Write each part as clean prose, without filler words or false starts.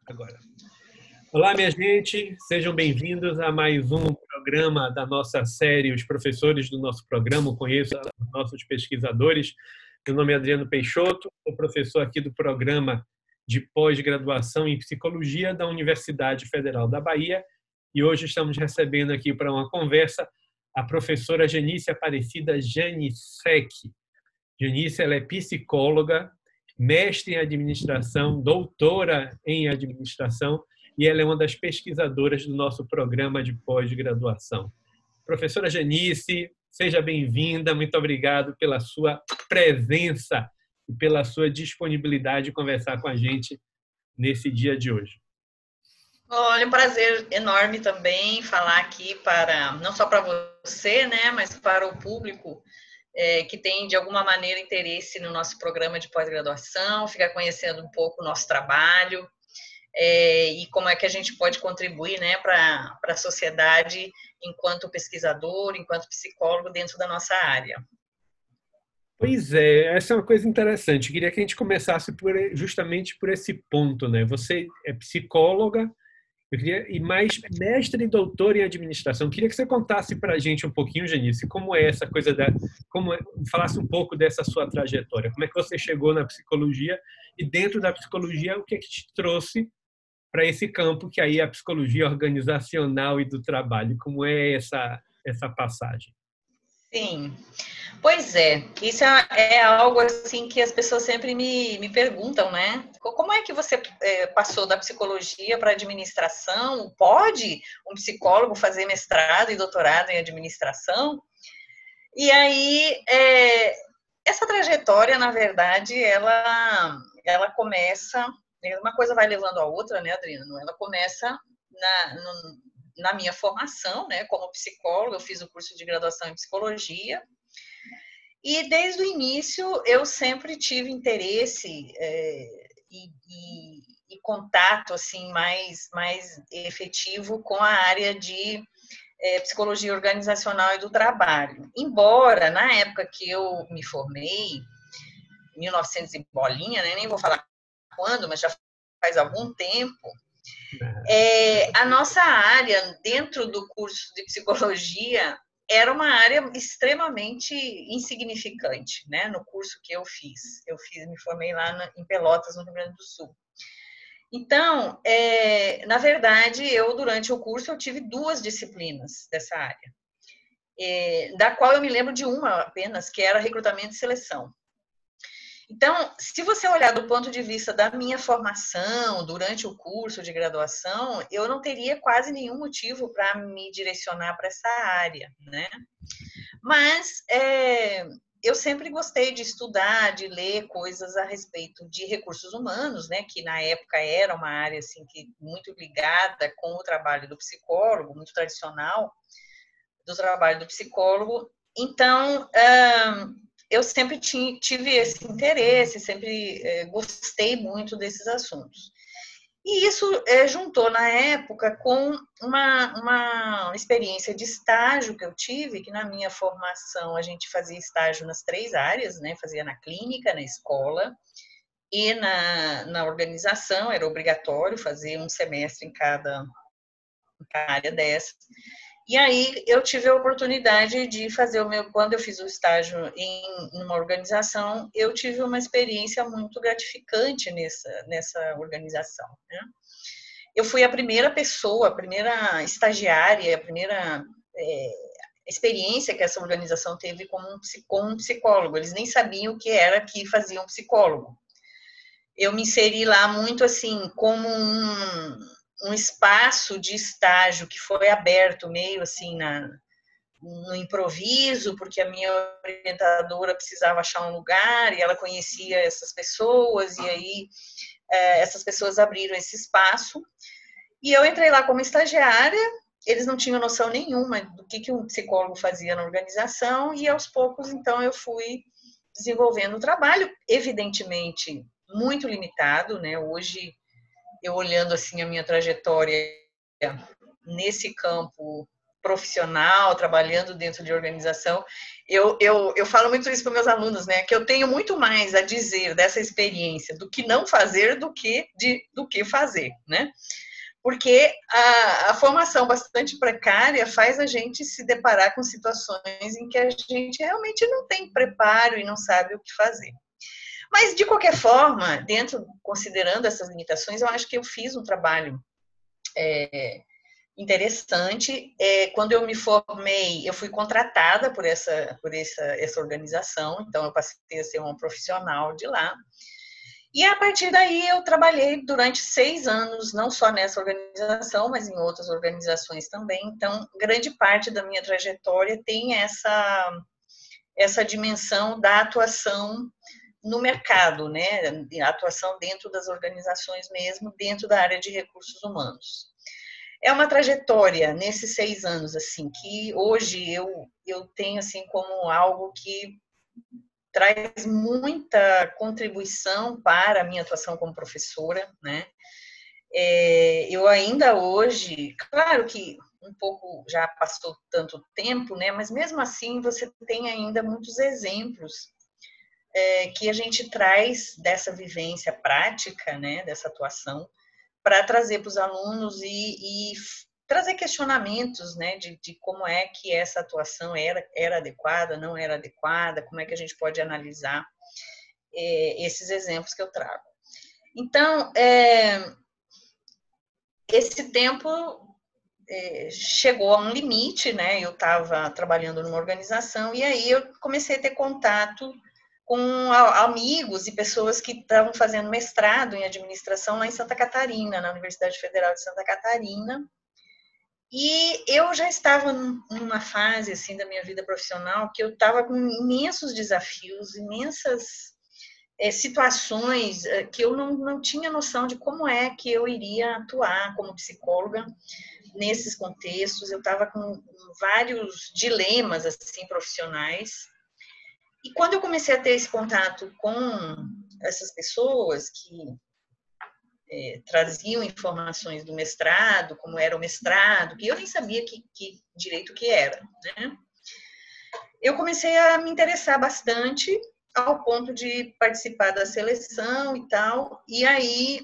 Agora. Olá, minha gente, sejam bem-vindos a mais um programa da nossa série. Os professores do nosso programa conheçam os nossos pesquisadores. Meu nome é Adriano Peixoto, sou professor aqui do programa de pós-graduação em psicologia da Universidade Federal da Bahia e hoje estamos recebendo aqui para uma conversa a professora Genícia Aparecida Janissec. Genícia, ela é psicóloga, mestre em administração, doutora em administração e ela é uma das pesquisadoras do nosso programa de pós-graduação. Professora Genícia, seja bem-vinda, muito obrigado pela sua presença e pela sua disponibilidade de conversar com a gente nesse dia de hoje. Olha, um prazer enorme também falar aqui para, não só para você, né, mas para o público que tem, de alguma maneira, interesse no nosso programa de pós-graduação, ficar conhecendo um pouco o nosso trabalho e como é que a gente pode contribuir, né, para a sociedade enquanto pesquisador, enquanto psicólogo dentro da nossa área. Pois é, essa é uma coisa interessante. Eu queria que a gente começasse justamente por esse ponto, né? Você é psicóloga, e mais mestre e doutor em administração. Eu queria que você contasse para a gente um pouquinho, Genícia, como é essa coisa falasse um pouco dessa sua trajetória. Como é que você chegou na psicologia e dentro da psicologia o que é que te trouxe para esse campo que aí é a psicologia organizacional e do trabalho? Como é essa passagem? Sim. Pois é, isso é algo assim que as pessoas sempre me perguntam, né? Como é que você passou da psicologia para a administração? Pode um psicólogo fazer mestrado e doutorado em administração? E aí, essa trajetória, na verdade, ela começa, uma coisa vai levando a outra, né, Adriano? Ela começa na minha formação, né, como psicóloga. Eu fiz o curso de graduação em psicologia, e desde o início eu sempre tive interesse e contato assim mais efetivo com a área de psicologia organizacional e do trabalho. Embora na época que eu me formei, 1900 e bolinha, né, nem vou falar quando, mas já faz algum tempo, a nossa área dentro do curso de psicologia era uma área extremamente insignificante, né? No curso que eu fiz. Me formei lá em Pelotas, no Rio Grande do Sul. Então, na verdade, durante o curso, eu tive 2 disciplinas dessa área, da qual eu me lembro de uma apenas, que era recrutamento e seleção. Então, se você olhar do ponto de vista da minha formação durante o curso de graduação, eu não teria quase nenhum motivo para me direcionar para essa área, né? Mas eu sempre gostei de estudar, de ler coisas a respeito de recursos humanos, né? Que na época era uma área assim que muito ligada com o trabalho do psicólogo, muito tradicional do trabalho do psicólogo. Então, eu sempre tive esse interesse, sempre gostei muito desses assuntos. E isso juntou na época com uma experiência de estágio que eu tive, que na minha formação a gente fazia estágio nas 3 áreas, né? Fazia na clínica, na escola e na organização, era obrigatório fazer um semestre em cada área dessa. E aí eu tive a oportunidade de fazer quando eu fiz o estágio em uma organização, eu tive uma experiência muito gratificante nessa organização, né? Eu fui a primeira pessoa, a primeira estagiária, a primeira experiência que essa organização teve com um psicólogo. Eles nem sabiam o que era que fazia um psicólogo. Eu me inseri lá muito assim, como um espaço de estágio que foi aberto meio assim no improviso, porque a minha orientadora precisava achar um lugar e ela conhecia essas pessoas, e aí essas pessoas abriram esse espaço. E eu entrei lá como estagiária, eles não tinham noção nenhuma do que um psicólogo fazia na organização, e aos poucos, então, eu fui desenvolvendo o trabalho, evidentemente, muito limitado, né? Hoje, eu olhando assim a minha trajetória nesse campo, profissional, trabalhando dentro de organização, eu falo muito isso para meus alunos, né? Que eu tenho muito mais a dizer dessa experiência do que não fazer do que fazer, né? Porque a formação bastante precária faz a gente se deparar com situações em que a gente realmente não tem preparo e não sabe o que fazer. Mas, de qualquer forma, considerando essas limitações, eu acho que eu fiz um trabalho interessante. Quando eu me formei, eu fui contratada por essa organização, então eu passei a ser uma profissional de lá. E a partir daí eu trabalhei durante 6 anos, não só nessa organização, mas em outras organizações também. Então, grande parte da minha trajetória tem essa dimensão da atuação no mercado, né? A atuação dentro das organizações mesmo, dentro da área de recursos humanos. É uma trajetória nesses 6 anos, assim, que hoje eu tenho assim como algo que traz muita contribuição para a minha atuação como professora, né? Eu ainda hoje, claro que um pouco já passou tanto tempo, né? Mas mesmo assim você tem ainda muitos exemplos que a gente traz dessa vivência prática, né? Dessa atuação, para trazer para os alunos e trazer questionamentos, né, de como é que essa atuação era adequada, não era adequada, como é que a gente pode analisar esses exemplos que eu trago. Então, esse tempo chegou a um limite, né? Eu estava trabalhando numa organização e aí eu comecei a ter contato com amigos e pessoas que estavam fazendo mestrado em administração lá em Santa Catarina, na Universidade Federal de Santa Catarina. E eu já estava numa fase assim da minha vida profissional que eu estava com imensos desafios, imensas situações que eu não tinha noção de como é que eu iria atuar como psicóloga nesses contextos. Eu estava com vários dilemas assim profissionais. E quando eu comecei a ter esse contato com essas pessoas que traziam informações do mestrado, como era o mestrado, que eu nem sabia que direito que era, né? Eu comecei a me interessar bastante ao ponto de participar da seleção e tal. E aí,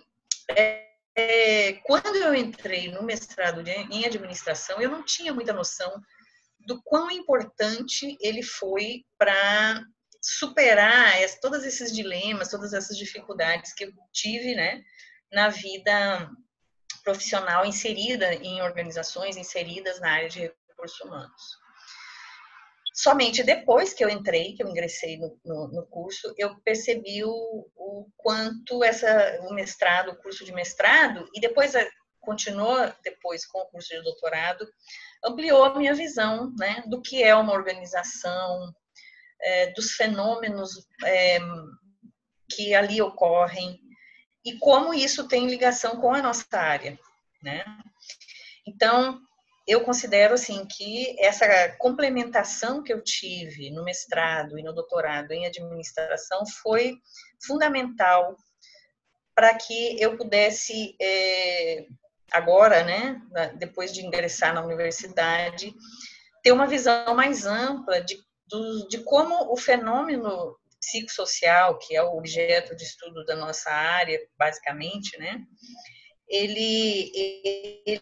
quando eu entrei no mestrado em administração, eu não tinha muita noção do quão importante ele foi para superar todos esses dilemas, todas essas dificuldades que eu tive, né, na vida profissional inserida em organizações, inseridas na área de recursos humanos. Somente depois que eu ingressei no curso, eu percebi o quanto o curso de mestrado, e depois continuou depois com o curso de doutorado, ampliou a minha visão, né, do que é uma organização, dos fenômenos que ali ocorrem e como isso tem ligação com a nossa área, né? Então, eu considero assim que essa complementação que eu tive no mestrado e no doutorado em administração foi fundamental para que eu pudesse agora, né, depois de ingressar na universidade, ter uma visão mais ampla de como o fenômeno psicossocial, que é o objeto de estudo da nossa área, basicamente, né, ele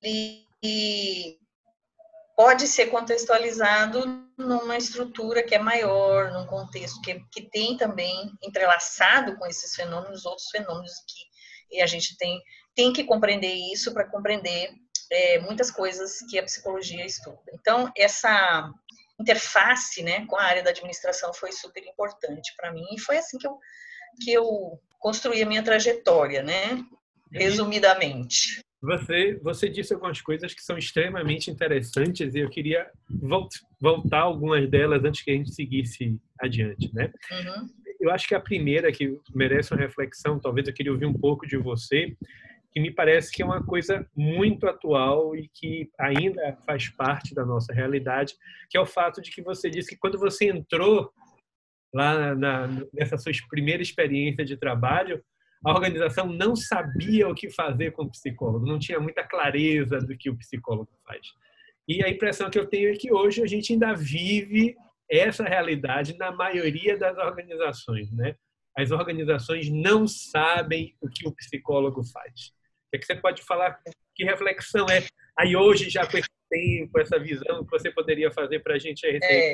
pode ser contextualizado numa estrutura que é maior, num contexto que tem também entrelaçado com esses fenômenos, outros fenômenos que a gente tem que compreender isso para compreender muitas coisas que a psicologia estuda. Então, essa interface, né, com a área da administração foi super importante para mim, e foi assim que eu construí a minha trajetória, né, resumidamente. Você disse algumas coisas que são extremamente interessantes e eu queria voltar algumas delas antes que a gente seguisse adiante, né? Uhum. Eu acho que a primeira que merece uma reflexão, talvez eu queria ouvir um pouco de você, que me parece que é uma coisa muito atual e que ainda faz parte da nossa realidade, que é o fato de que você disse que quando você entrou lá nessa sua primeira experiência de trabalho, a organização não sabia o que fazer com o psicólogo, não tinha muita clareza do que o psicólogo faz. E a impressão que eu tenho é que hoje a gente ainda vive essa realidade na maioria das organizações, né? As organizações não sabem o que o psicólogo faz. O que você pode falar? Que reflexão é aí hoje, já com esse tempo, essa visão que você poderia fazer para a gente a respeito?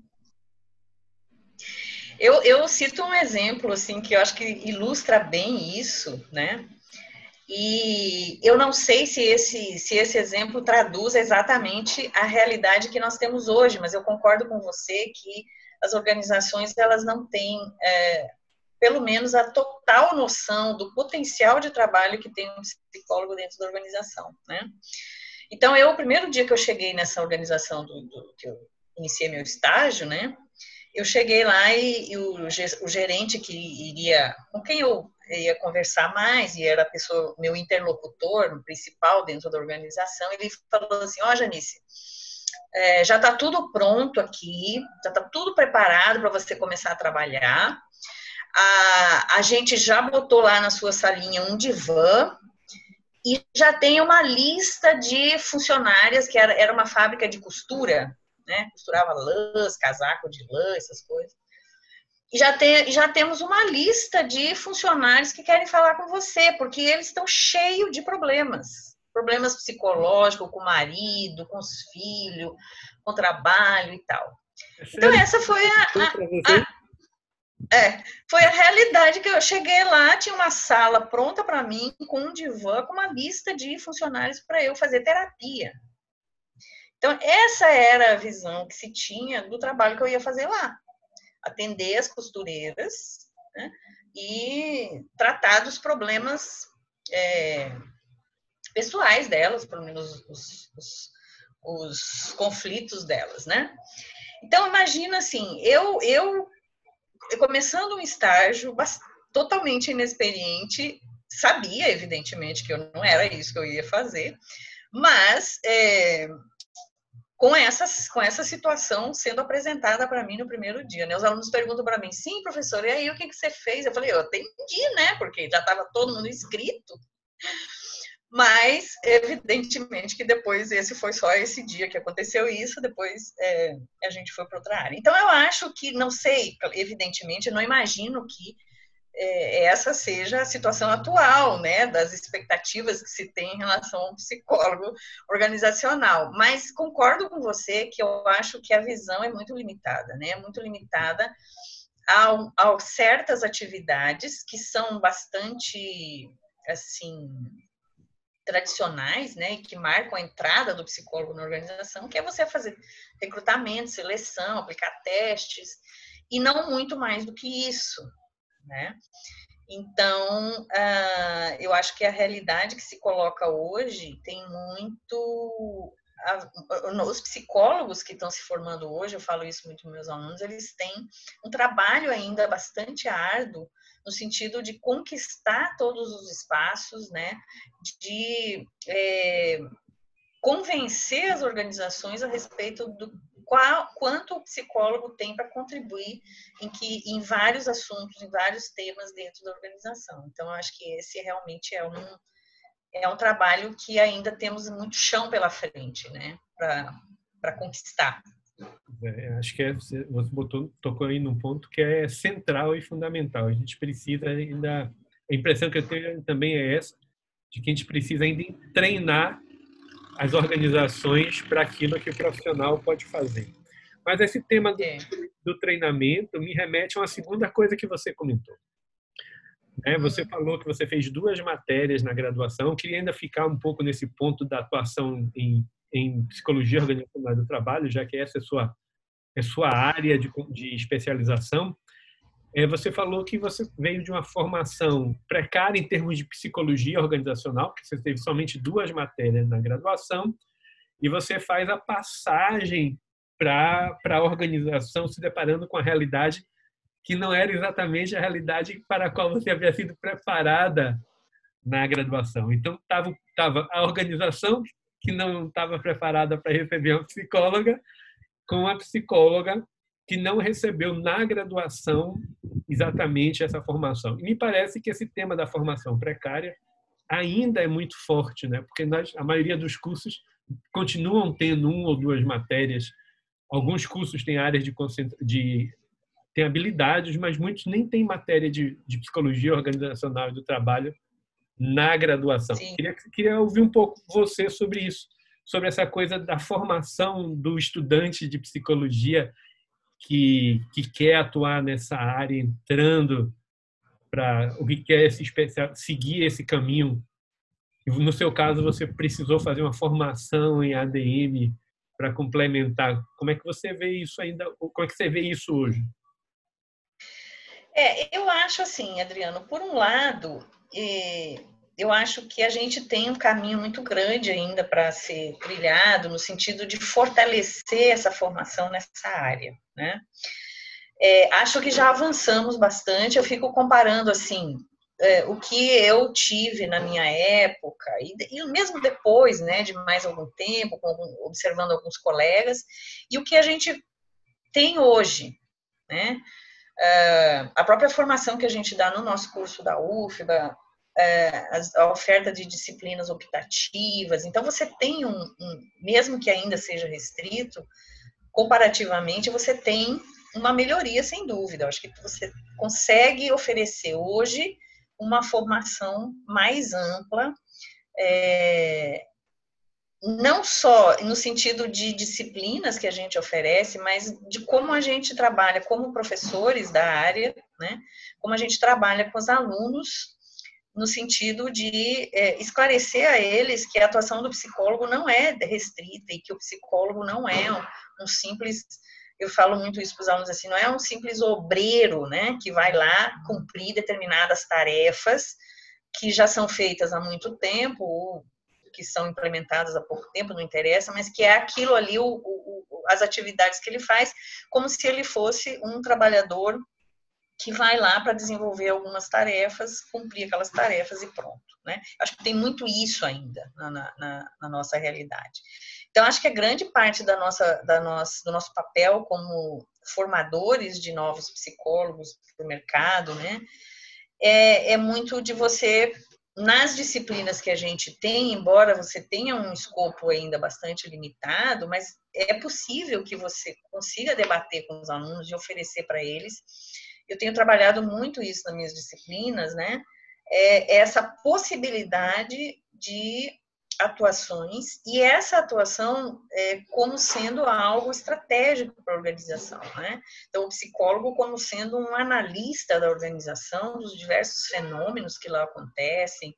Eu cito um exemplo assim que eu acho que ilustra bem isso, né? E eu não sei se esse exemplo traduz exatamente a realidade que nós temos hoje, mas eu concordo com você que as organizações elas não têm, pelo menos, a total noção do potencial de trabalho que tem um psicólogo dentro da organização, né? Então, o primeiro dia que eu cheguei nessa organização que eu iniciei meu estágio, né? Eu cheguei lá e o gerente com quem eu ia conversar mais, e era a pessoa, meu interlocutor principal dentro da organização, ele falou assim, Janice, já está tudo pronto aqui, já está tudo preparado para você começar a trabalhar, a gente já botou lá na sua salinha um divã, e já tem uma lista de funcionárias, que era uma fábrica de costura, né? Costurava lãs, casaco de lã, essas coisas. E já temos uma lista de funcionários que querem falar com você, porque eles estão cheios de problemas. Problemas psicológicos com o marido, com os filhos, com o trabalho e tal. Então, essa foi foi a realidade que eu cheguei lá, tinha uma sala pronta para mim, com um divã, com uma lista de funcionários para eu fazer terapia. Então, essa era a visão que se tinha do trabalho que eu ia fazer lá. Atender as costureiras, né, e tratar dos problemas pessoais delas, pelo menos os conflitos delas, né? Então, imagina assim, eu começando um estágio totalmente inexperiente, sabia, evidentemente, que eu não era isso que eu ia fazer, mas com essa situação sendo apresentada para mim no primeiro dia, né? Os alunos perguntam para mim, sim, professor, e aí o que você fez? Eu falei, eu atendi, né? Porque já estava todo mundo inscrito. Mas, evidentemente, que depois, esse foi só esse dia que aconteceu isso, depois a gente foi para outra área. Então, eu acho que, não sei, evidentemente, eu não imagino que essa seja a situação atual, né, das expectativas que se tem em relação ao psicólogo organizacional. Mas concordo com você que eu acho que a visão é muito limitada, né, muito limitada a certas atividades que são bastante, assim, tradicionais, né, e que marcam a entrada do psicólogo na organização, que é você fazer recrutamento, seleção, aplicar testes, e não muito mais do que isso, né? Então, eu acho que a realidade que se coloca hoje tem muito... Os psicólogos que estão se formando hoje, eu falo isso muito com meus alunos, eles têm um trabalho ainda bastante árduo no sentido de conquistar todos os espaços, né? De convencer as organizações a respeito do quanto o psicólogo tem para contribuir em vários assuntos, em vários temas dentro da organização. Então, eu acho que esse realmente é um trabalho que ainda temos muito chão pela frente, né, para conquistar. Acho que você tocou aí num ponto que é central e fundamental. A gente precisa ainda... A impressão que eu tenho também é essa, de que a gente precisa ainda treinar as organizações para aquilo que o profissional pode fazer. Mas esse tema do treinamento me remete a uma segunda coisa que você comentou. Você falou que você fez 2 matérias na graduação. Eu queria ainda ficar um pouco nesse ponto da atuação em psicologia organizacional do trabalho, já que essa é sua área de especialização. Você falou que você veio de uma formação precária em termos de psicologia organizacional, porque você teve somente 2 matérias na graduação, e você faz a passagem para a organização, se deparando com a realidade que não era exatamente a realidade para a qual você havia sido preparada na graduação. Então, estava a organização que não estava preparada para receber uma psicóloga, com a psicóloga que não recebeu na graduação exatamente essa formação. E me parece que esse tema da formação precária ainda é muito forte, né? Porque a maioria dos cursos continuam tendo uma ou duas matérias. Alguns cursos têm áreas têm habilidades, mas muitos nem têm matéria de psicologia organizacional e do trabalho na graduação. Sim. Queria ouvir um pouco você sobre isso, sobre essa coisa da formação do estudante de psicologia que quer atuar nessa área, entrando para o que quer seguir esse caminho. No seu caso, você precisou fazer uma formação em ADM para complementar. Como é que você vê isso ainda? Como é que você vê isso hoje? Eu acho assim, Adriano, por um lado, eu acho que a gente tem um caminho muito grande ainda para ser trilhado, no sentido de fortalecer essa formação nessa área, né? Acho que já avançamos bastante, eu fico comparando, assim, o que eu tive na minha época, e mesmo depois, né, de mais algum tempo, observando alguns colegas, e o que a gente tem hoje, né? A própria formação que a gente dá no nosso curso da UFBA, a oferta de disciplinas optativas. Então, você tem mesmo que ainda seja restrito, comparativamente, você tem uma melhoria, sem dúvida. Eu acho que você consegue oferecer hoje uma formação mais ampla, não só no sentido de disciplinas que a gente oferece, mas de como a gente trabalha como professores da área, né? Como a gente trabalha com os alunos, no sentido de esclarecer a eles que a atuação do psicólogo não é restrita e que o psicólogo não é um simples, eu falo muito isso para os alunos assim, não é um simples obreiro, né? Que vai lá cumprir determinadas tarefas que já são feitas há muito tempo, ou que são implementadas há pouco tempo, não interessa, mas que é aquilo ali, as atividades que ele faz, como se ele fosse um trabalhador que vai lá para desenvolver algumas tarefas, cumprir aquelas tarefas e pronto, né? Acho que tem muito isso ainda na nossa realidade. Então, acho que a grande parte do nosso papel como formadores de novos psicólogos para o mercado, né, é muito de você, nas disciplinas que a gente tem, embora você tenha um escopo ainda bastante limitado, mas é possível que você consiga debater com os alunos e oferecer para eles. Eu tenho trabalhado muito isso nas minhas disciplinas, né? Essa possibilidade de atuações, e essa atuação como sendo algo estratégico para a organização, né? Então, o psicólogo como sendo um analista da organização, dos diversos fenômenos que lá acontecem,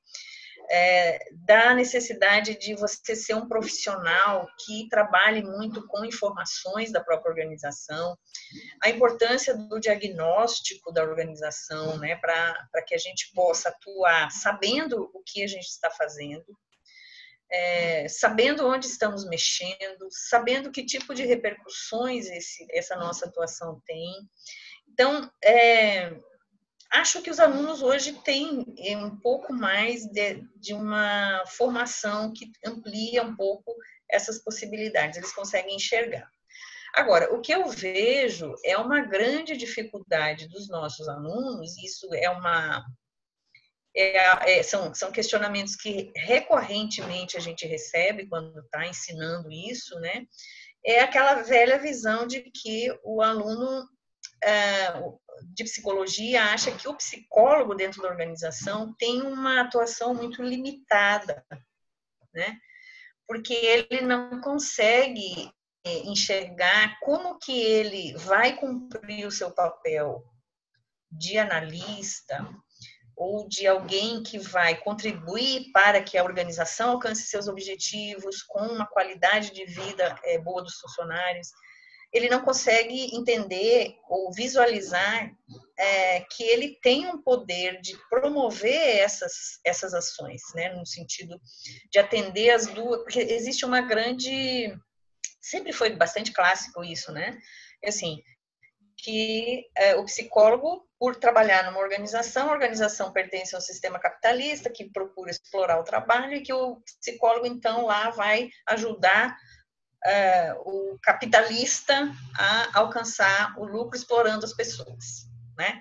da necessidade de você ser um profissional que trabalhe muito com informações da própria organização, a importância do diagnóstico da organização, né, para que a gente possa atuar sabendo o que a gente está fazendo, sabendo onde estamos mexendo, sabendo que tipo de repercussões essa nossa atuação tem. Então, acho que os alunos hoje têm um pouco mais de uma formação que amplia um pouco essas possibilidades, eles conseguem enxergar. Agora, o que eu vejo é uma grande dificuldade dos nossos alunos, isso são questionamentos que recorrentemente a gente recebe quando está ensinando isso, né? É aquela velha visão de que o aluno de psicologia acha que o psicólogo dentro da organização tem uma atuação muito limitada, né? Porque ele não consegue enxergar como que ele vai cumprir o seu papel de analista ou de alguém que vai contribuir para que a organização alcance seus objetivos com uma qualidade de vida boa dos funcionários. Ele não consegue entender ou visualizar que ele tem um poder de promover essas ações, né, no sentido de atender as duas, porque existe uma grande, sempre foi bastante clássico isso, né, assim, que o psicólogo, por trabalhar numa organização, a organização pertence a um sistema capitalista que procura explorar o trabalho e que o psicólogo, então, lá vai ajudar o capitalista a alcançar o lucro explorando as pessoas, né?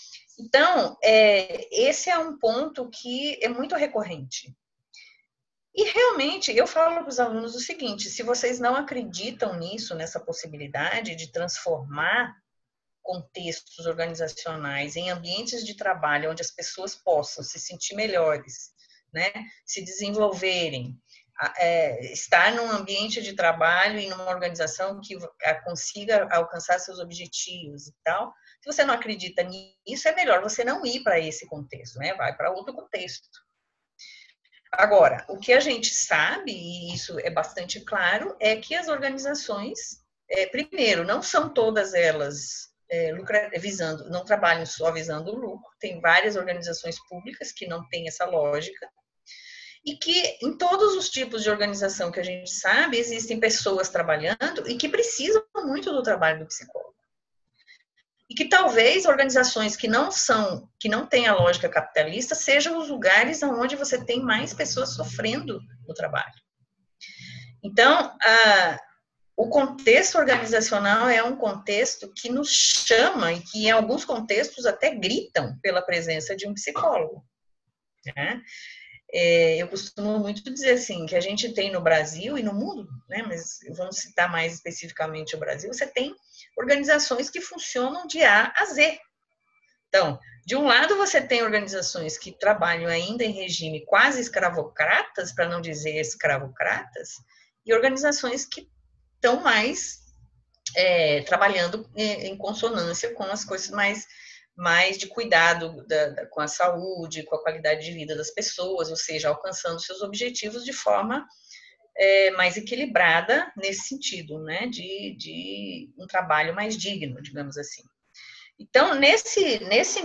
Então, esse é um ponto que é muito recorrente. E realmente, eu falo para os alunos o seguinte: se vocês não acreditam nisso, nessa possibilidade de transformar contextos organizacionais em ambientes de trabalho onde as pessoas possam se sentir melhores, né, se desenvolverem, estar num ambiente de trabalho e numa organização que consiga alcançar seus objetivos e tal. Se você não acredita nisso, é melhor você não ir para esse contexto, né? Vai para outro contexto. Agora, o que a gente sabe, e isso é bastante claro, é que as organizações, primeiro, não são todas elas visando, não trabalham só visando o lucro, tem várias organizações públicas que não têm essa lógica, e que em todos os tipos de organização que a gente sabe, existem pessoas trabalhando e que precisam muito do trabalho do psicólogo. E que talvez organizações que não têm a lógica capitalista sejam os lugares onde você tem mais pessoas sofrendo no trabalho. Então, o contexto organizacional é um contexto que nos chama e que em alguns contextos até gritam pela presença de um psicólogo, né? Eu costumo muito dizer assim, que a gente tem no Brasil e no mundo, né, mas vamos citar mais especificamente o Brasil, você tem organizações que funcionam de A a Z. Então, de um lado você tem organizações que trabalham ainda em regime quase escravocratas, para não dizer escravocratas, e organizações que estão mais trabalhando em consonância com as coisas mais de cuidado com a saúde, com a qualidade de vida das pessoas, ou seja, alcançando seus objetivos de forma mais equilibrada nesse sentido, né, de um trabalho mais digno, digamos assim. Então, nesse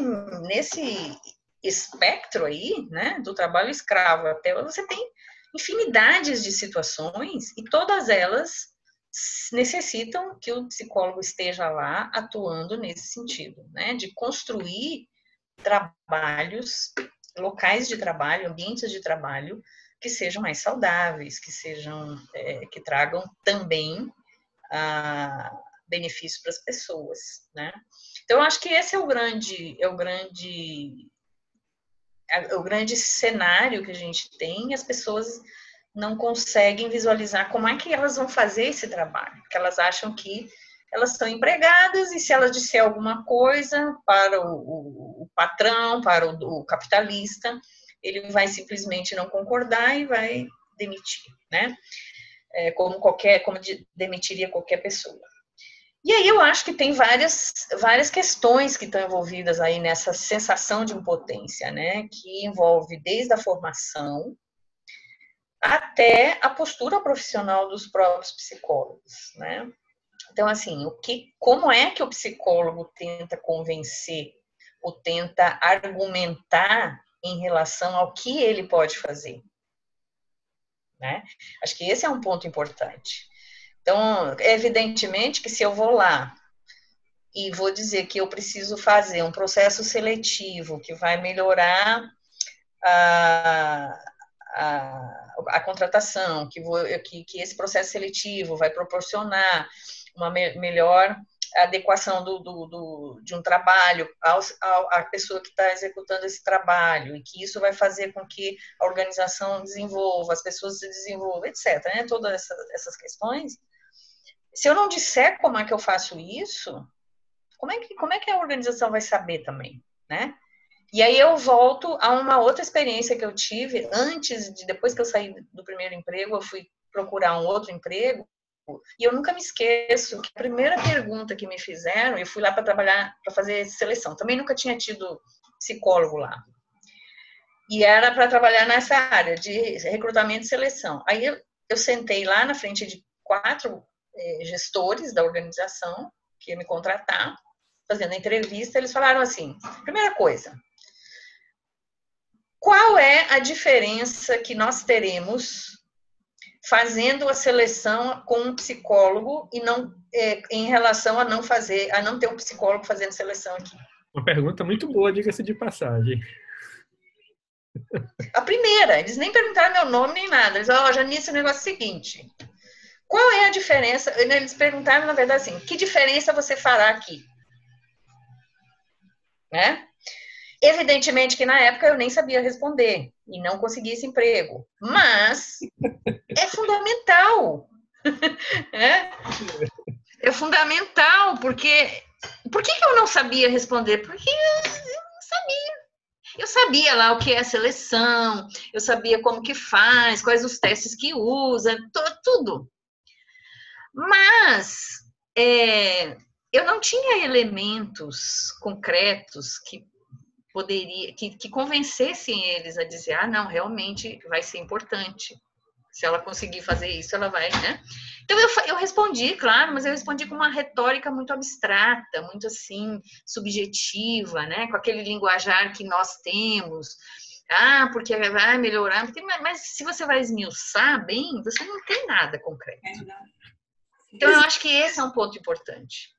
espectro aí, né, do trabalho escravo até você tem infinidades de situações e todas elas necessitam que o psicólogo esteja lá atuando nesse sentido, né, de construir trabalhos, locais de trabalho, ambientes de trabalho que sejam mais saudáveis, que tragam também benefício para as pessoas, né? Então, eu acho que esse é o grande cenário que a gente tem, e as pessoas não conseguem visualizar como é que elas vão fazer esse trabalho, porque elas acham que elas estão empregadas e se elas disser alguma coisa para o patrão, para o capitalista, ele vai simplesmente não concordar e vai demitir, né? Como demitiria qualquer pessoa. E aí eu acho que tem várias questões que estão envolvidas aí nessa sensação de impotência, né? Que envolve desde a formação até a postura profissional dos próprios psicólogos, né? Então, assim, como é que o psicólogo tenta convencer ou tenta argumentar em relação ao que ele pode fazer, né? Acho que esse é um ponto importante. Então, evidentemente que se eu vou lá e vou dizer que eu preciso fazer um processo seletivo que vai melhorar a contratação, que esse processo seletivo vai proporcionar uma melhor adequação de um trabalho à pessoa que está executando esse trabalho, e que isso vai fazer com que a organização desenvolva, as pessoas se desenvolvam, etc. Né? Todas essas questões. Se eu não disser como é que eu faço isso, como é que a organização vai saber também, né? E aí eu volto a uma outra experiência que eu tive depois que eu saí do primeiro emprego, eu fui procurar um outro emprego, e eu nunca me esqueço que a primeira pergunta que me fizeram, eu fui lá para trabalhar, para fazer seleção, também nunca tinha tido psicólogo lá. E era para trabalhar nessa área de recrutamento e seleção. Aí eu sentei lá na frente de 4 gestores da organização que ia me contratar, fazendo a entrevista, eles falaram assim, primeira coisa, qual é a diferença que nós teremos fazendo a seleção com um psicólogo e não em relação a não ter um psicólogo fazendo seleção aqui? Uma pergunta muito boa, diga-se de passagem. A primeira, eles nem perguntaram meu nome nem nada. Eles falaram, Janice, o negócio é o seguinte, qual é a diferença? Eles perguntaram, na verdade, assim, que diferença você fará aqui? Né? Evidentemente que na época eu nem sabia responder e não consegui esse emprego, mas é fundamental, né? É fundamental, porque por que eu não sabia responder? Porque eu não sabia. Eu sabia lá o que é seleção, eu sabia como que faz, quais os testes que usa, tudo. Mas eu não tinha elementos concretos que que convencessem eles a dizer, ah, não, realmente vai ser importante. Se ela conseguir fazer isso, ela vai, né? Então eu respondi, claro, mas eu respondi com uma retórica muito abstrata, muito assim, subjetiva, né? Com aquele linguajar que nós temos. Ah, porque vai melhorar. Mas se você vai esmiuçar bem, você não tem nada concreto. Então, eu acho que esse é um ponto importante.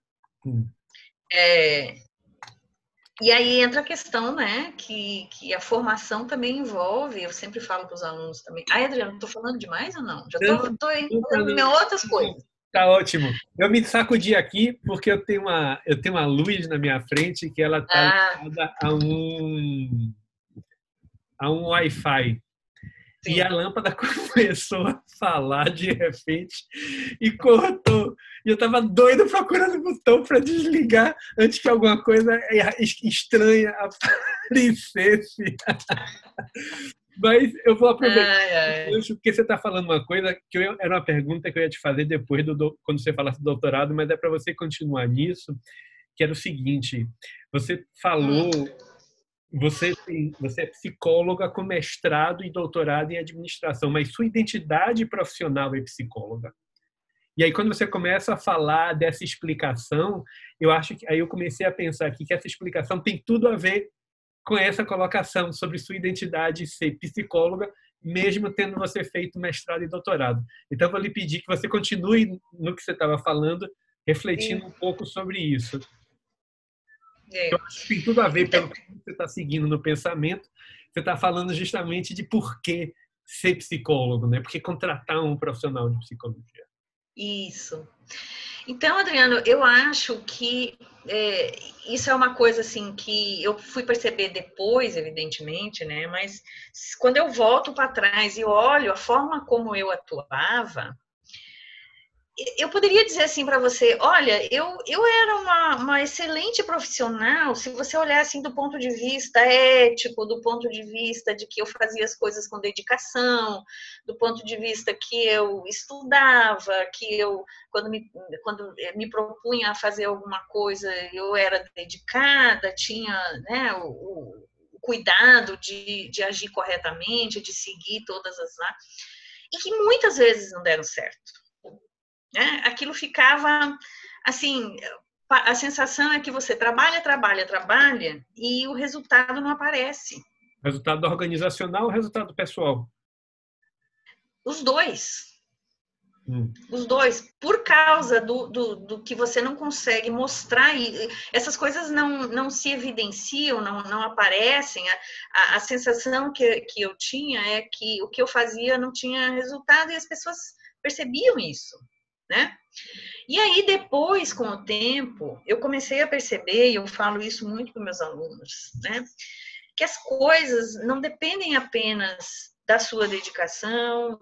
E aí entra a questão, né, que a formação também envolve, eu sempre falo para os alunos também. Ai, Adriana, estou falando demais ou não? Já estou falando em outras coisas. Tá ótimo. Eu me sacudi aqui porque eu tenho uma luz na minha frente que ela está ligada a um Wi-Fi. Sim. E a lâmpada começou a falar de repente e cortou. E eu estava doido procurando o botão para desligar antes que alguma coisa estranha aparecesse. Mas eu vou aproveitar porque você está falando uma coisa que era uma pergunta que eu ia te fazer depois quando você falasse do doutorado, mas é para você continuar nisso, que era o seguinte: você falou. Você é psicóloga com mestrado e doutorado em administração, mas sua identidade profissional é psicóloga. E aí, quando você começa a falar dessa explicação, eu acho que aí eu comecei a pensar aqui que essa explicação tem tudo a ver com essa colocação sobre sua identidade ser psicóloga, mesmo tendo você feito mestrado e doutorado. Então, eu vou lhe pedir que você continue no que você estava falando, refletindo um pouco sobre isso. Eu acho que tem tudo a ver pelo que você está seguindo no pensamento. Você está falando justamente de por que ser psicólogo, né? Por que contratar um profissional de psicologia. Isso. Então, Adriano, eu acho que isso é uma coisa assim que eu fui perceber depois, evidentemente, né? Mas quando eu volto para trás e olho a forma como eu atuava, eu poderia dizer assim para você, olha, eu era uma excelente profissional, se você olhar assim do ponto de vista ético, do ponto de vista de que eu fazia as coisas com dedicação, do ponto de vista que eu estudava, que eu, quando me propunha a fazer alguma coisa, eu era dedicada, tinha, né, o cuidado de agir corretamente, de seguir todas as... E que muitas vezes não deram certo. Né? Aquilo ficava assim, a sensação é que você trabalha e o resultado não aparece. Resultado organizacional ou resultado pessoal? Os dois. Os dois, por causa do que você não consegue mostrar, e essas coisas não se evidenciam, não aparecem. A sensação que eu tinha é que o que eu fazia não tinha resultado e as pessoas percebiam isso. Né? E aí, depois, com o tempo, eu comecei a perceber, e eu falo isso muito para meus alunos, né? Que as coisas não dependem apenas da sua dedicação,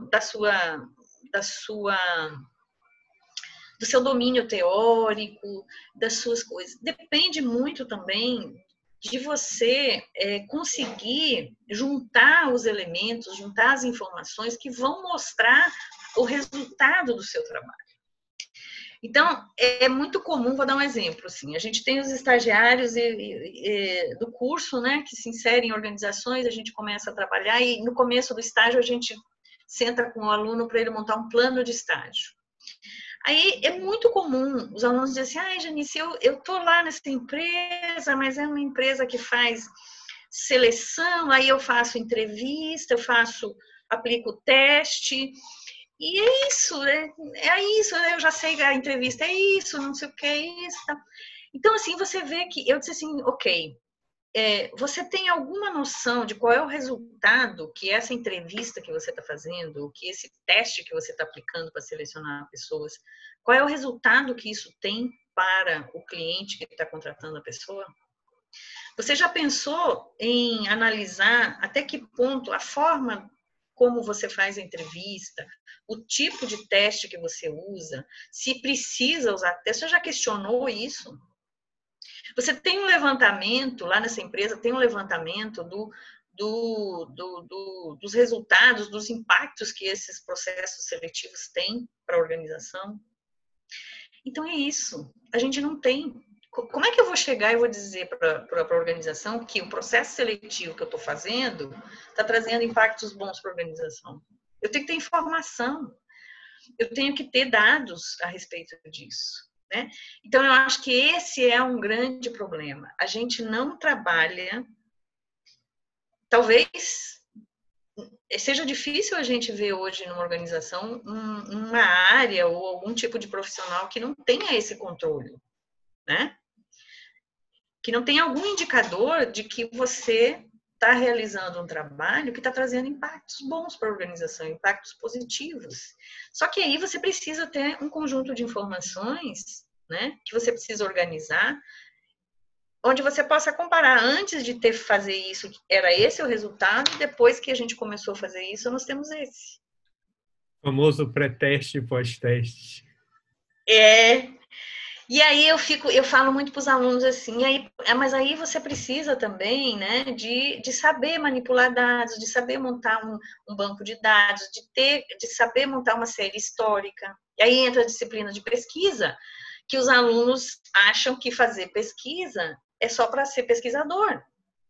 do seu domínio teórico, das suas coisas. Depende muito também de você conseguir juntar os elementos, juntar as informações que vão mostrar o resultado do seu trabalho. Então, é muito comum, vou dar um exemplo, assim, a gente tem os estagiários do curso, né, que se inserem em organizações, a gente começa a trabalhar e no começo do estágio a gente senta com o aluno para ele montar um plano de estágio. Aí é muito comum os alunos dizem assim, Janice, eu tô lá nessa empresa, mas é uma empresa que faz seleção, aí eu faço entrevista, aplico teste, e é isso, eu já sei a entrevista, é isso, não sei o que, é isso. Tá. Então, assim, você vê que, eu disse assim, ok, você tem alguma noção de qual é o resultado que essa entrevista que você está fazendo, que esse teste que você está aplicando para selecionar pessoas, qual é o resultado que isso tem para o cliente que está contratando a pessoa? Você já pensou em analisar até que ponto a forma como você faz a entrevista, o tipo de teste que você usa, se precisa usar teste? Você já questionou isso? Você tem um levantamento, lá nessa empresa, tem um levantamento dos resultados, dos impactos que esses processos seletivos têm para a organização? Então, é isso. A gente não tem. Como é que eu vou chegar e vou dizer para a organização que o processo seletivo que eu estou fazendo está trazendo impactos bons para a organização? Eu tenho que ter informação, eu tenho que ter dados a respeito disso, né? Então, eu acho que esse é um grande problema. A gente não trabalha, talvez seja difícil a gente ver hoje numa organização uma área ou algum tipo de profissional que não tenha esse controle, né? Que não tenha algum indicador de que você está realizando um trabalho que está trazendo impactos bons para a organização, impactos positivos. Só que aí você precisa ter um conjunto de informações, né, que você precisa organizar, onde você possa comparar. Antes de ter fazer isso, era esse o resultado, e depois que a gente começou a fazer isso, nós temos esse. O famoso pré-teste e pós-teste. E aí eu falo muito para os alunos assim, mas aí você precisa também, né, de saber manipular dados, de saber montar um banco de dados, de saber montar uma série histórica. E aí entra a disciplina de pesquisa, que os alunos acham que fazer pesquisa é só para ser pesquisador,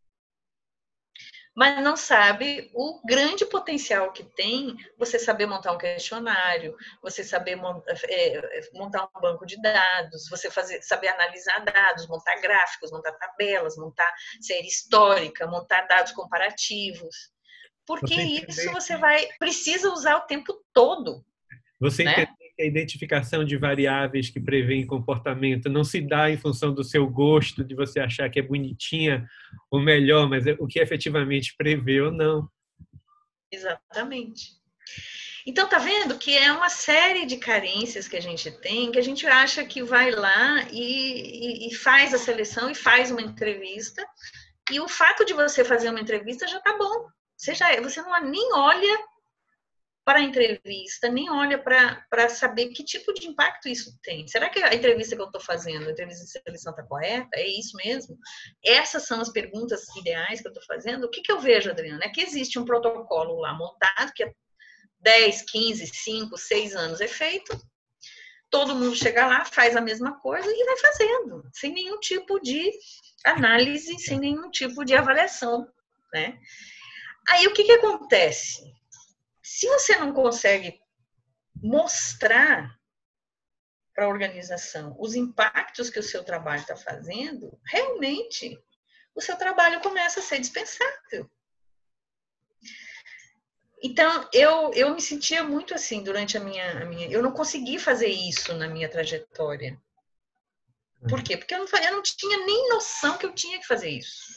mas não sabe o grande potencial que tem você saber montar um questionário, você saber montar um banco de dados, você saber analisar dados, montar gráficos, montar tabelas, montar série histórica, montar dados comparativos. Porque isso você precisa usar o tempo todo. Você né? entender que a identificação de variáveis que prevêem comportamento não se dá em função do seu gosto, de você achar que é bonitinha ou melhor, mas é o que efetivamente prevê ou não. Exatamente. Então, tá vendo que é uma série de carências que a gente tem, que a gente acha que vai lá e faz a seleção e faz uma entrevista, e o fato de você fazer uma entrevista já tá bom. Você não nem olha para a entrevista, nem olha para saber que tipo de impacto isso tem. Será que a entrevista que eu estou fazendo, a entrevista de seleção está correta? É isso mesmo? Essas são as perguntas ideais que eu estou fazendo? O que eu vejo, Adriana? É que existe um protocolo lá montado, que é 10, 15, 5, 6 anos é feito, todo mundo chega lá, faz a mesma coisa e vai fazendo, sem nenhum tipo de análise, sem nenhum tipo de avaliação, né? Aí o que acontece? Se você não consegue mostrar para a organização os impactos que o seu trabalho está fazendo, realmente o seu trabalho começa a ser dispensável. Então, eu me sentia muito assim durante a minha. Eu não consegui fazer isso na minha trajetória. Por quê? Porque eu não tinha nem noção que eu tinha que fazer isso.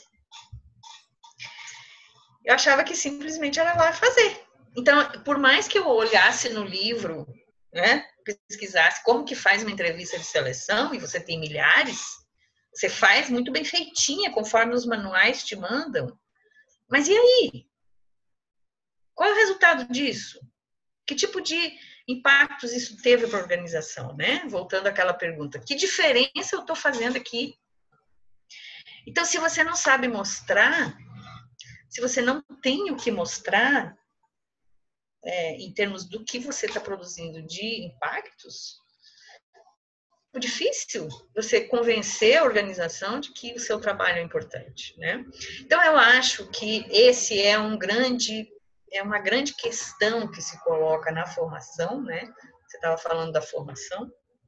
Eu achava que simplesmente era lá fazer. Então, por mais que eu olhasse no livro, né, pesquisasse como que faz uma entrevista de seleção, e você tem milhares, você faz muito bem feitinha, conforme os manuais te mandam. Mas e aí? Qual é o resultado disso? Que tipo de impactos isso teve para a organização, né? Voltando àquela pergunta, que diferença eu estou fazendo aqui? Então, se você não sabe mostrar, se você não tem o que mostrar, em termos do que você está produzindo de impactos, é difícil você convencer a organização de que o seu trabalho é importante, né? Então, eu acho que esse é uma grande questão que se coloca na formação, né? Você estava falando da formação,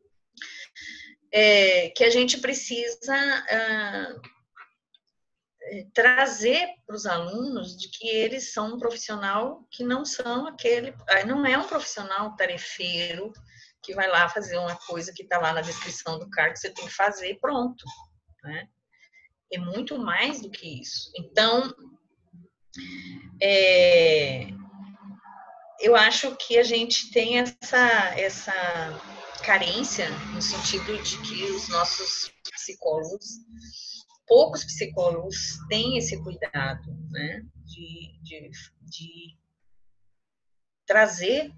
que a gente precisa trazer para os alunos de que eles são um profissional que não é um profissional tarefeiro que vai lá fazer uma coisa que está lá na descrição do cargo que você tem que fazer e pronto, né? É muito mais do que isso. Então, eu acho que a gente tem essa carência no sentido de que os nossos psicólogos poucos psicólogos têm esse cuidado, né, de trazer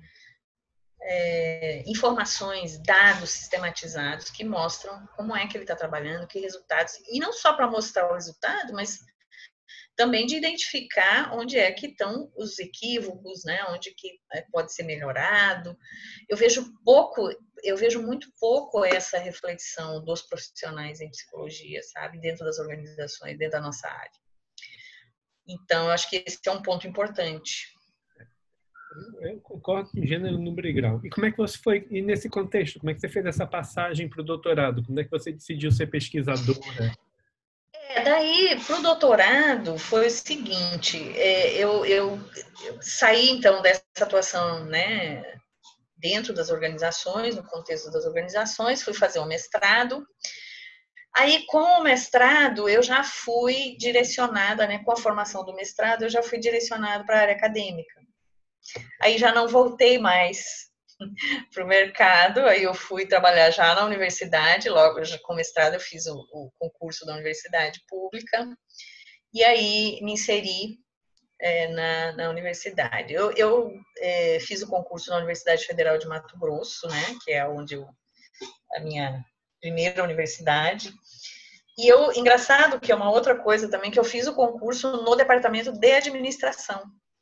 informações, dados sistematizados que mostram como é que ele está trabalhando, que resultados, e não só para mostrar o resultado, mas também de identificar onde é que estão os equívocos, né? Onde que pode ser melhorado. Eu vejo muito pouco essa reflexão dos profissionais em psicologia, sabe? Dentro das organizações, dentro da nossa área. Então, eu acho que esse é um ponto importante. Eu concordo com gênero, número e grau. E como é que você foi, e nesse contexto, como é que você fez essa passagem para o doutorado? Como é que você decidiu ser pesquisadora? Daí, para o doutorado, foi o seguinte, eu saí, então, dessa atuação, né, dentro das organizações, no contexto das organizações, fui fazer um mestrado. Aí, com o mestrado, eu já fui direcionada, né, com a formação do mestrado, eu já fui direcionada para a área acadêmica. Aí já não voltei mais para o mercado, aí eu fui trabalhar já na universidade, logo já com mestrado eu fiz o concurso da universidade pública, e aí me inseri na universidade. Eu fiz o concurso na Universidade Federal de Mato Grosso, né, que é onde a minha primeira universidade. E engraçado que é uma outra coisa também, que eu fiz o concurso no departamento de administração.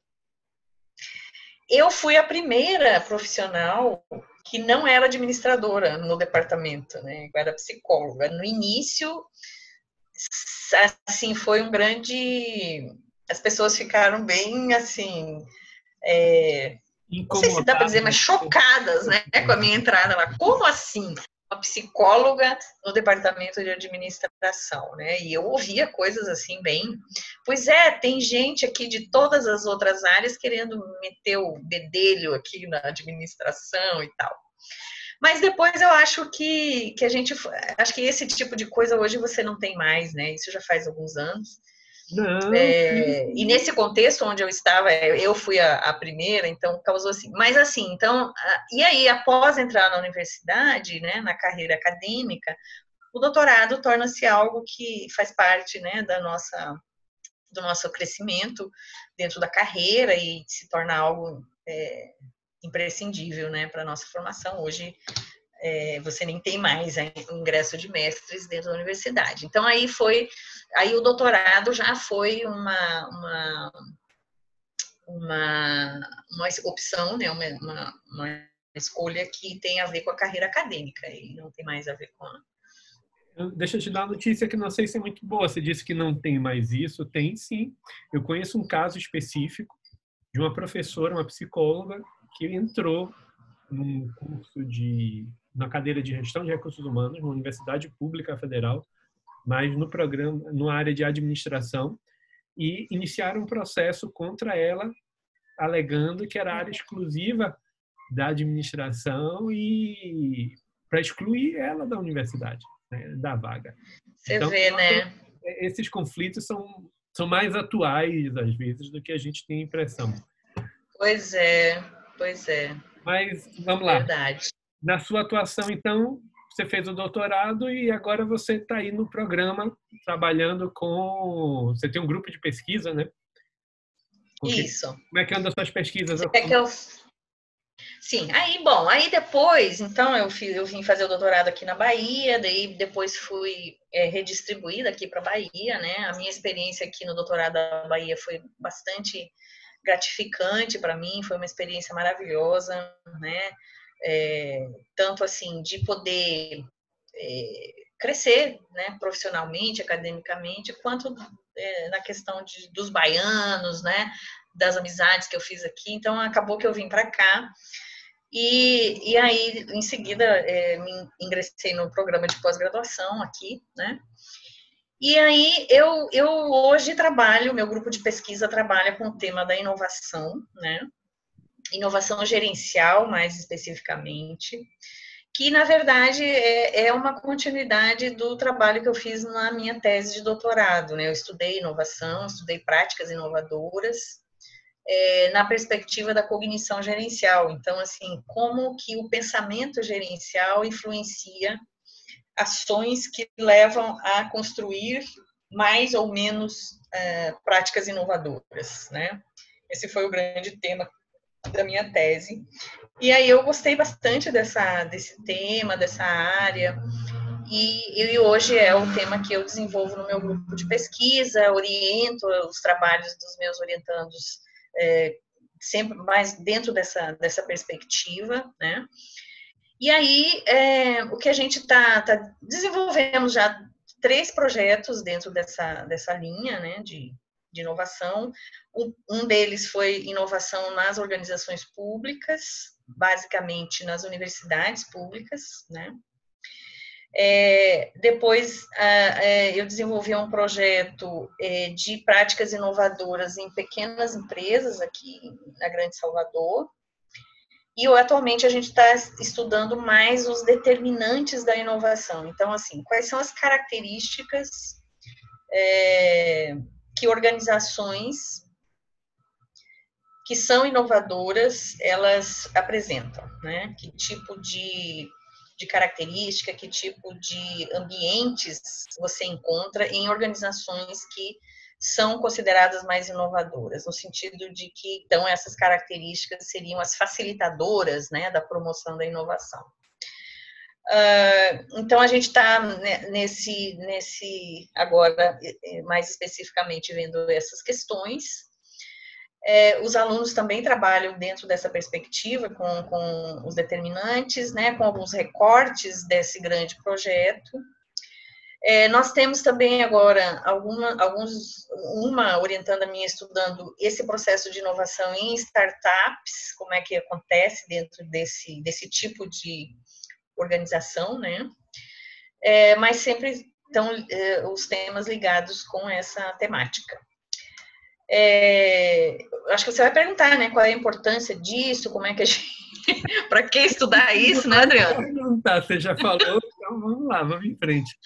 Eu fui a primeira profissional que não era administradora no departamento, né? Eu era psicóloga. No início, assim, foi um grande... As pessoas ficaram bem, assim... não sei se dá para dizer, mas chocadas, né? Com a minha entrada lá. Como assim? Uma psicóloga no departamento de administração, né? E eu ouvia coisas assim bem... Pois tem gente aqui de todas as outras áreas querendo meter o bedelho aqui na administração e tal. Mas depois eu acho que a gente... Acho que esse tipo de coisa hoje você não tem mais, né? Isso já faz alguns anos. Não. E nesse contexto onde eu estava, eu fui a primeira, então causou assim. Mas assim, então, e aí, após entrar na universidade, né, na carreira acadêmica, o doutorado torna-se algo que faz parte, né, do nosso crescimento dentro da carreira e se torna algo imprescindível, né, para a nossa formação. Hoje, você nem tem mais ingresso de mestres dentro da universidade. Então, aí o doutorado já foi uma opção, né, uma escolha que tem a ver com a carreira acadêmica e não tem mais a ver com Deixa eu te dar uma notícia que não sei se é muito boa. Você disse que não tem mais isso. Tem sim. Eu conheço um caso específico de uma professora, uma psicóloga, que entrou num curso na cadeira de gestão de recursos humanos, na Universidade Pública Federal, mas no programa, na área de administração, e iniciaram um processo contra ela, alegando que era área exclusiva da administração e para excluir ela da universidade, né, da vaga. Você Então, vê, né? Esses conflitos são mais atuais, às vezes, do que a gente tem a impressão. Pois é. Mas, vamos lá. Verdade. Na sua atuação, então, você fez o doutorado e agora você está aí no programa trabalhando com... Você tem um grupo de pesquisa, né? Isso. Como é que andam as suas pesquisas? Você quer que eu... Sim, aí depois, então eu vim fazer o doutorado aqui na Bahia, daí depois fui redistribuída aqui para a Bahia, né? A minha experiência aqui no doutorado da Bahia foi bastante gratificante para mim, foi uma experiência maravilhosa, né? Tanto assim, de poder crescer, né, profissionalmente, academicamente, quanto na questão dos baianos, né, das amizades que eu fiz aqui. Então, acabou que eu vim para cá e aí, em seguida, me ingressei no programa de pós-graduação aqui, né, e aí eu hoje trabalho, meu grupo de pesquisa trabalha com o tema da inovação, né, inovação gerencial, mais especificamente, que, na verdade, é uma continuidade do trabalho que eu fiz na minha tese de doutorado, né? Eu estudei inovação, estudei práticas inovadoras, na perspectiva da cognição gerencial. Então, assim, como que o pensamento gerencial influencia ações que levam a construir mais ou menos práticas inovadoras, né? Esse foi o grande tema da minha tese. E aí eu gostei bastante desse tema, dessa área, e hoje é o tema que eu desenvolvo no meu grupo de pesquisa, oriento os trabalhos dos meus orientandos sempre mais dentro dessa perspectiva, né? E aí, o que a gente desenvolvemos já 3 projetos dentro dessa linha, né, de inovação. Um deles foi inovação nas organizações públicas, basicamente nas universidades públicas, né. Depois, eu desenvolvi um projeto de práticas inovadoras em pequenas empresas aqui na Grande Salvador. E atualmente a gente está estudando mais os determinantes da inovação. Então, assim, quais são as características que organizações que são inovadoras, elas apresentam, né? Que tipo de característica, que tipo de ambientes você encontra em organizações que são consideradas mais inovadoras, no sentido de que, então, essas características seriam as facilitadoras, né, da promoção da inovação. Então, a gente está agora, mais especificamente, vendo essas questões. Os alunos também trabalham dentro dessa perspectiva, com os determinantes, né, com alguns recortes desse grande projeto. Nós temos também agora uma orientanda minha estudando esse processo de inovação em startups, como é que acontece dentro desse tipo de organização, né? Mas sempre estão os temas ligados com essa temática. Acho que você vai perguntar, né, qual é a importância disso, como é que a gente... para que estudar isso, né, Adriano? Você já falou, então vamos lá, vamos em frente.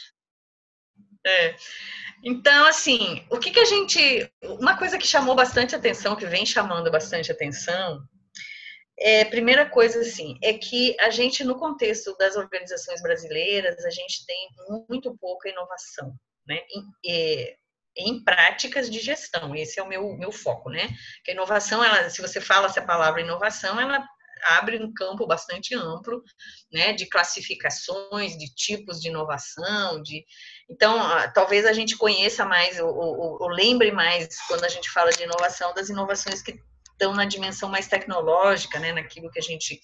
Então, assim, o que a gente... Uma coisa que chamou bastante atenção, que vem chamando bastante atenção, primeira coisa, assim, é que a gente, no contexto das organizações brasileiras, a gente tem muito pouca inovação, né, em práticas de gestão. Esse é o meu foco, né, que a inovação, se você fala essa palavra inovação, ela abre um campo bastante amplo, né, de classificações, de tipos de inovação, então, talvez a gente conheça mais, ou lembre mais, quando a gente fala de inovação, das inovações que estão na dimensão mais tecnológica, né, naquilo que a gente...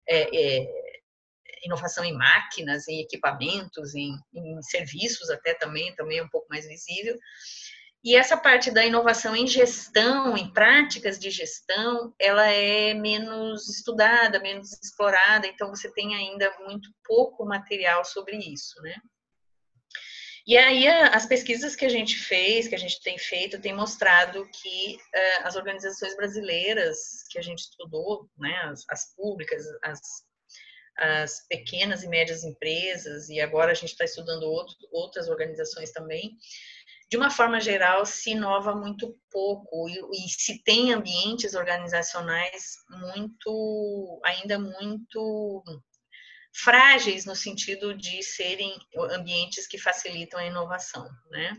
inovação em máquinas, em equipamentos, em serviços até também é um pouco mais visível. E essa parte da inovação em gestão, em práticas de gestão, ela é menos estudada, menos explorada, então você tem ainda muito pouco material sobre isso, né? E aí, as pesquisas que a gente fez, que a gente tem feito, tem mostrado que as organizações brasileiras que a gente estudou, né, as públicas, as pequenas e médias empresas, e agora a gente está estudando outras organizações também, de uma forma geral, se inova muito pouco, e se tem ambientes organizacionais ainda muito frágeis no sentido de serem ambientes que facilitam a inovação, né?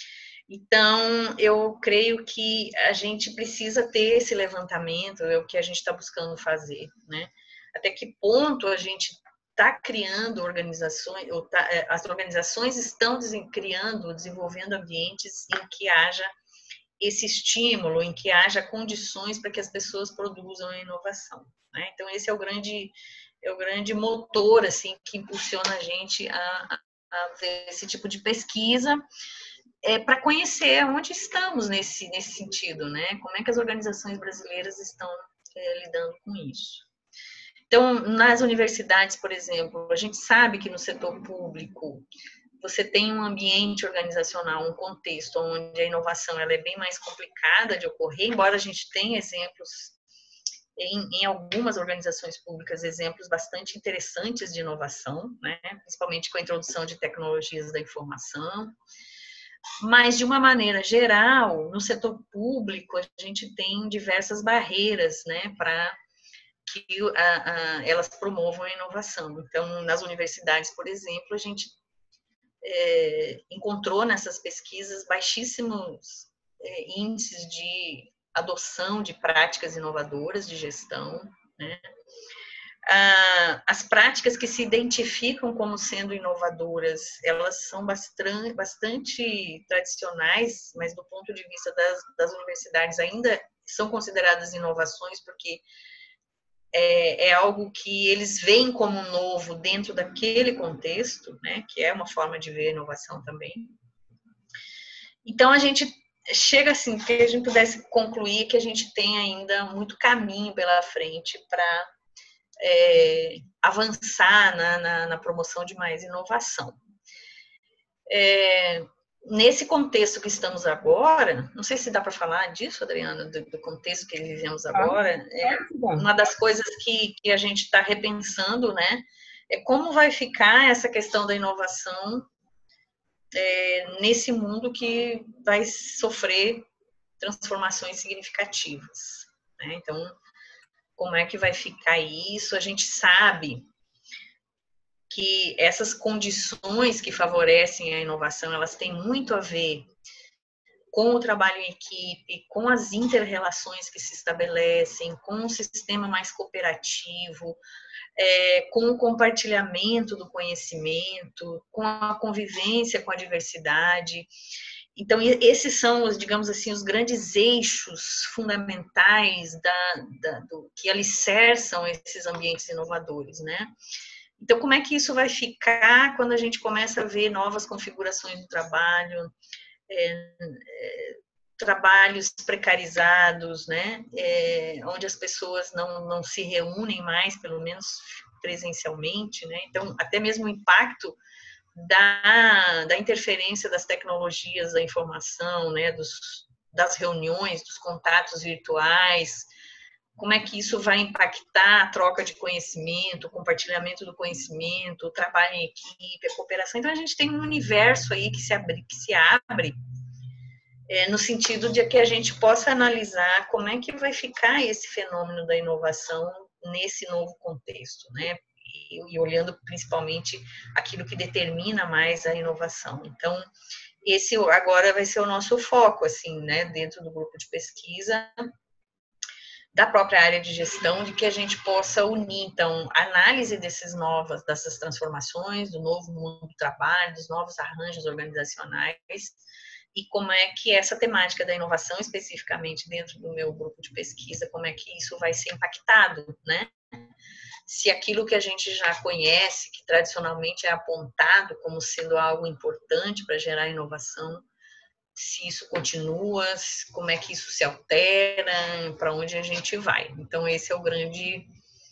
Então, eu creio que a gente precisa ter esse levantamento, é o que a gente está buscando fazer, né? Até que ponto a gente está criando organizações, as organizações estão desenvolvendo ambientes em que haja esse estímulo, em que haja condições para que as pessoas produzam a inovação, né? Então, esse é o grande motor, assim, que impulsiona a gente a ver esse tipo de pesquisa, para conhecer onde estamos nesse sentido, né? Como é que as organizações brasileiras estão lidando com isso. Então, nas universidades, por exemplo, a gente sabe que no setor público você tem um ambiente organizacional, um contexto onde a inovação ela é bem mais complicada de ocorrer, embora a gente tenha exemplos em algumas organizações públicas, exemplos bastante interessantes de inovação, né? Principalmente com a introdução de tecnologias da informação. Mas, de uma maneira geral, no setor público, a gente tem diversas barreiras, né, para que elas promovam a inovação. Então, nas universidades, por exemplo, a gente encontrou nessas pesquisas baixíssimos índices de adoção de práticas inovadoras de gestão, né? As práticas que se identificam como sendo inovadoras, elas são bastante tradicionais, mas do ponto de vista das universidades ainda são consideradas inovações, porque é algo que eles veem como novo dentro daquele contexto, né, que é uma forma de ver a inovação também. Então, a gente chega assim, que a gente pudesse concluir que a gente tem ainda muito caminho pela frente para avançar na promoção de mais inovação. Nesse contexto que estamos agora, não sei se dá para falar disso, Adriana, do contexto que vivemos agora, uma das coisas que a gente está repensando, né, é como vai ficar essa questão da inovação nesse mundo que vai sofrer transformações significativas, né? Então, como é que vai ficar isso? A gente sabe que essas condições que favorecem a inovação, elas têm muito a ver com o trabalho em equipe, com as inter-relações que se estabelecem, com um sistema mais cooperativo, com o compartilhamento do conhecimento, com a convivência com a diversidade. Então, esses são, digamos assim, os grandes eixos fundamentais que alicerçam esses ambientes inovadores, né? Então, como é que isso vai ficar quando a gente começa a ver novas configurações do trabalho, trabalhos precarizados, né? Onde as pessoas não se reúnem mais, pelo menos presencialmente, né? Então, até mesmo o impacto da interferência das tecnologias da informação, né? Das reuniões, dos contatos virtuais, como é que isso vai impactar a troca de conhecimento, o compartilhamento do conhecimento, o trabalho em equipe, a cooperação. Então, a gente tem um universo aí que se abre no sentido de que a gente possa analisar como é que vai ficar esse fenômeno da inovação nesse novo contexto, né? E olhando principalmente aquilo que determina mais a inovação. Então, esse agora vai ser o nosso foco, assim, né, dentro do grupo de pesquisa, da própria área de gestão, de que a gente possa unir, então, a análise dessas transformações, do novo mundo do trabalho, dos novos arranjos organizacionais, e como é que essa temática da inovação, especificamente dentro do meu grupo de pesquisa, como é que isso vai ser impactado, né? Se aquilo que a gente já conhece, que tradicionalmente é apontado como sendo algo importante para gerar inovação, se isso continua, como é que isso se altera, para onde a gente vai. Então, esse é o grande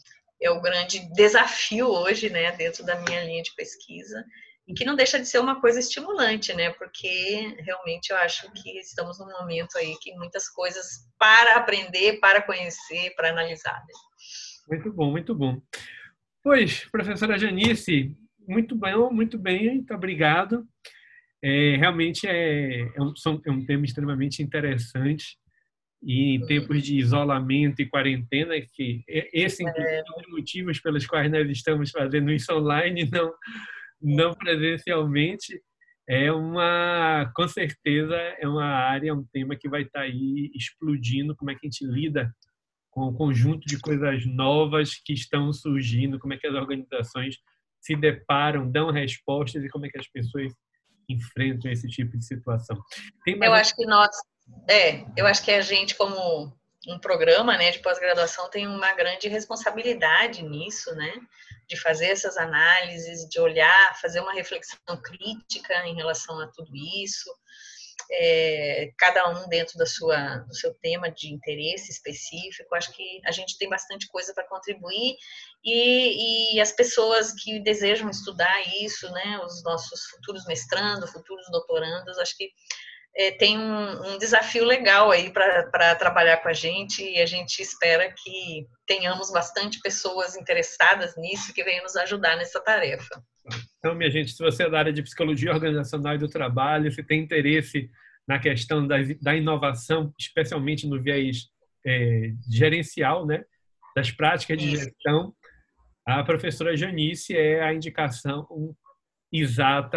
desafio hoje, né, dentro da minha linha de pesquisa, e que não deixa de ser uma coisa estimulante, né, porque realmente eu acho que estamos num momento aí que muitas coisas para aprender, para conhecer, para analisar. Né? Muito bom, muito bom. Pois, professora Janice, muito bem, muito obrigado. Realmente é um tema extremamente interessante e em tempos de isolamento e quarentena, que esse inclusive é um dos motivos pelos quais nós estamos fazendo isso online, não presencialmente, com certeza é uma área, um tema que vai estar aí explodindo, como é que a gente lida com o conjunto de coisas novas que estão surgindo, como é que as organizações se deparam, dão respostas e como é que as pessoas enfrentam esse tipo de situação. Eu acho que a gente, como um programa, né, de pós-graduação, tem uma grande responsabilidade nisso, né, de fazer essas análises, de olhar, fazer uma reflexão crítica em relação a tudo isso, cada um dentro do seu tema de interesse específico. Acho que a gente tem bastante coisa para contribuir e as pessoas que desejam estudar isso, né, os nossos futuros mestrandos, futuros doutorandos, acho que tem um desafio legal aí para trabalhar com a gente, e a gente espera que tenhamos bastante pessoas interessadas nisso que venham nos ajudar nessa tarefa. Então, minha gente, se você é da área de psicologia organizacional e do trabalho, se tem interesse na questão da inovação, especialmente no viés gerencial, né, das práticas de gestão, a professora Janice é a indicação exata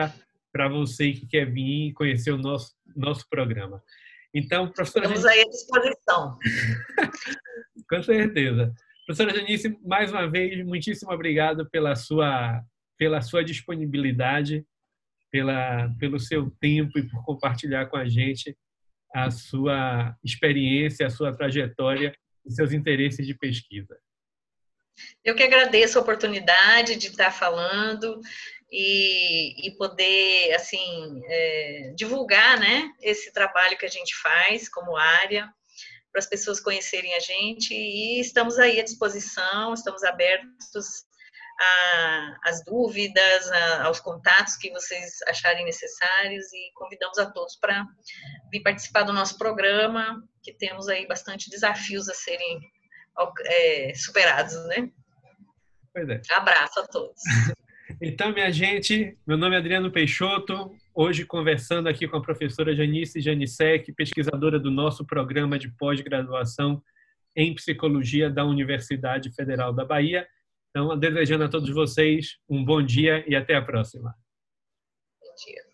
para você que quer vir e conhecer o nosso programa. Então, professora Estamos Janice, aí à disposição. com certeza. Professora Janice, mais uma vez, muitíssimo obrigado pela sua disponibilidade, pelo seu tempo e por compartilhar com a gente a sua experiência, a sua trajetória e seus interesses de pesquisa. Eu que agradeço a oportunidade de estar falando e poder, assim, divulgar, né, esse trabalho que a gente faz como área, para as pessoas conhecerem a gente, e estamos aí à disposição, estamos abertos às dúvidas, aos contatos que vocês acharem necessários, e convidamos a todos para vir participar do nosso programa, que temos aí bastante desafios a serem superados, né? Pois é. Abraço a todos. Então, minha gente, meu nome é Adriano Peixoto, hoje conversando aqui com a professora Janice Janicek, pesquisadora do nosso programa de pós-graduação em Psicologia da Universidade Federal da Bahia. Então, desejando a todos vocês um bom dia e até a próxima. Bom dia.